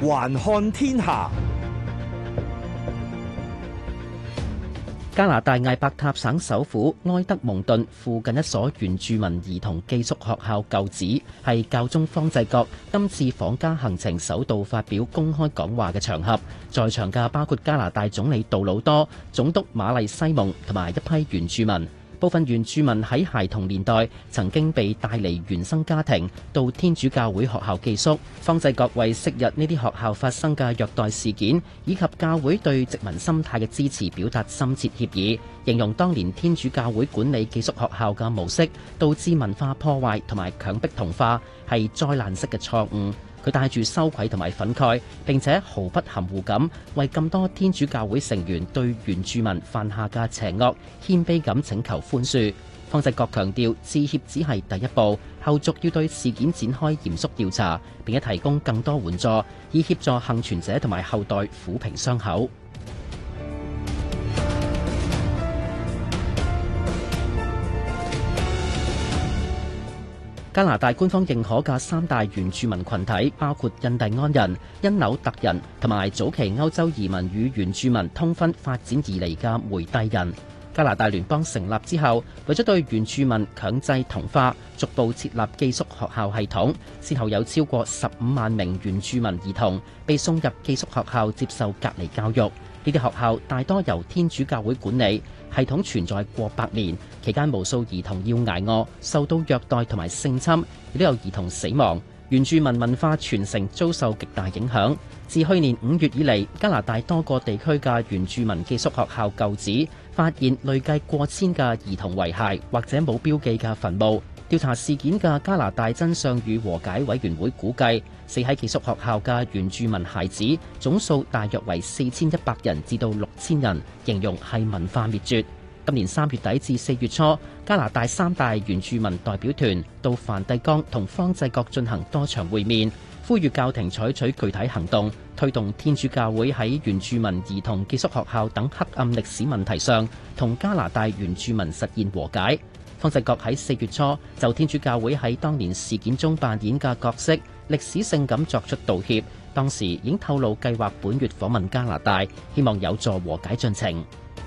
環看天下。 加拿大艾伯塔省首府埃德蒙頓附近一所原住民兒童寄宿學校舊址，係教宗方濟各今次訪加行程首度發表公開講話嘅場合。在場嘅包括加拿大總理杜魯多、總督瑪麗西蒙同埋一批原住民。部分原住民喺孩童年代曾經被帶離原生家庭到天主教會學校寄宿。方濟各為昔日呢啲學校發生嘅虐待事件以及教會對殖民心態嘅支持表達深切歉意，形容當年天主教會管理寄宿學校嘅模式導致文化破壞同埋強迫同化，係災難式嘅錯誤。佢帶住羞愧同埋憤慨，並且毫不含糊咁為咁多天主教會成員對原住民犯下嘅邪惡謙卑咁請求寬恕。方濟各強調，致歉只係第一步，後續要對事件展開嚴肅調查，並且提供更多援助，以協助幸存者同埋後代撫平傷口。加拿大官方認可嘅三大原住民群體包括印第安人、因紐特人同埋早期歐洲移民與原住民通婚發展而嚟嘅梅蒂人。加拿大聯邦成立之後，為咗對原住民強制同化，逐步設立寄宿學校系統，先後有超過15萬名原住民兒童被送入寄宿學校接受隔離教育。呢啲學校大多由天主教會管理，系統存在過百年，期間無數兒童要捱餓、受到虐待同埋性侵，亦都有兒童死亡。原住民文化傳承遭受極大影響。自去年5月以嚟，加拿大多個地區嘅原住民寄宿學校舊址發現累計過千嘅兒童遺骸或者冇標記嘅墳墓。調查事件嘅加拿大真相與和解委員會估計，死喺寄宿學校嘅原住民孩子總數大約為4100人至到6000人，形容係文化滅絕。今年3月底至4月初，加拿大三大原住民代表團到梵蒂岡同方濟各進行多場會面，呼籲教廷採取具體行動，推動天主教會喺原住民兒童寄宿學校等黑暗歷史問題上同加拿大原住民實現和解。方濟各喺4月初就天主教會喺當年事件中扮演嘅角色歷史性咁作出道歉，當時已經透露計劃本月訪問加拿大，希望有助和解進程。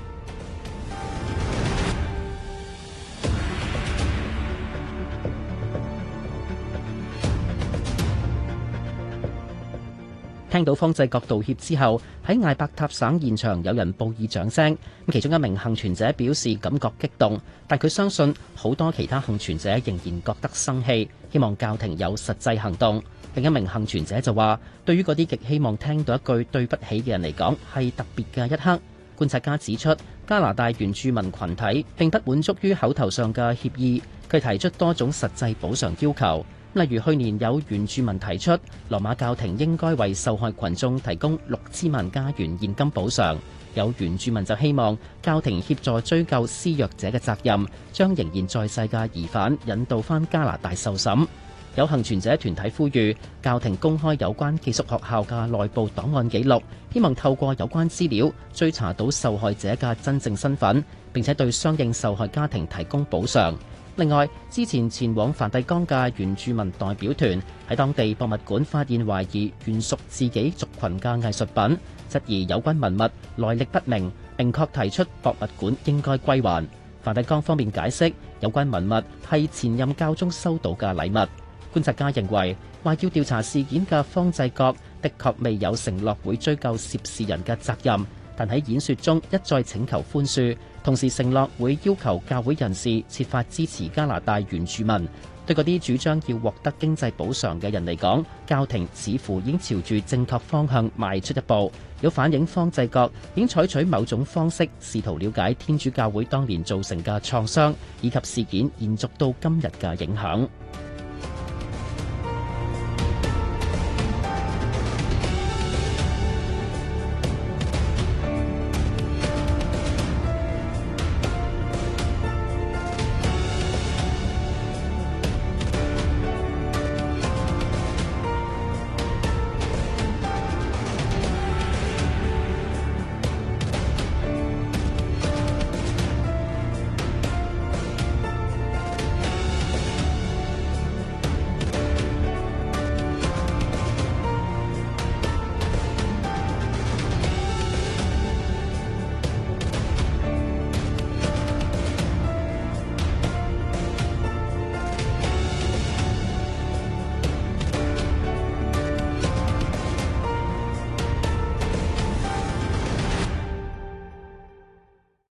聽到方濟各道歉之後，喺艾伯塔省現場有人報以掌聲。其中一名幸存者表示感覺激動，但佢相信好多其他幸存者仍然覺得生氣，希望教廷有實際行動。另一名幸存者就話，對於嗰啲極希望聽到一句對不起嘅人嚟講，係特別嘅一刻。觀察家指出，加拿大原住民群體並不滿足於口頭上嘅協議，佢提出多種實際補償要求。例如去年有原住民提出，羅馬教廷應該為受害群眾提供6000萬加元現金補償。有原住民就希望教廷協助追究施虐者嘅責任，將仍然在世嘅疑犯引渡返加拿大受審。有幸存者團體呼籲教廷公開有關寄宿學校嘅內部檔案記錄，希望透過有關資料追查到受害者嘅真正身份，並且對相應受害家庭提供補償。另外，之前前往梵蒂岡嘅原住民代表團喺當地博物館發現懷疑原屬自己族群嘅藝術品，質疑有關文物來歷不明，並確提出博物館應該歸還。梵蒂岡方面解釋，有關文物係前任教宗收到嘅禮物。觀察家認為，話要調查事件嘅方濟各的確未有承諾會追究涉事人嘅責任，但喺演說中一再請求寬恕，同時承諾會要求教會人士設法支持加拿大原住民。對嗰啲主張要獲得經濟補償嘅人嚟講，教廷似乎已經朝住正確方向邁出一步，有反映方濟各已經採取某種方式，試圖了解天主教會當年造成嘅創傷，以及事件延續到今日嘅影響。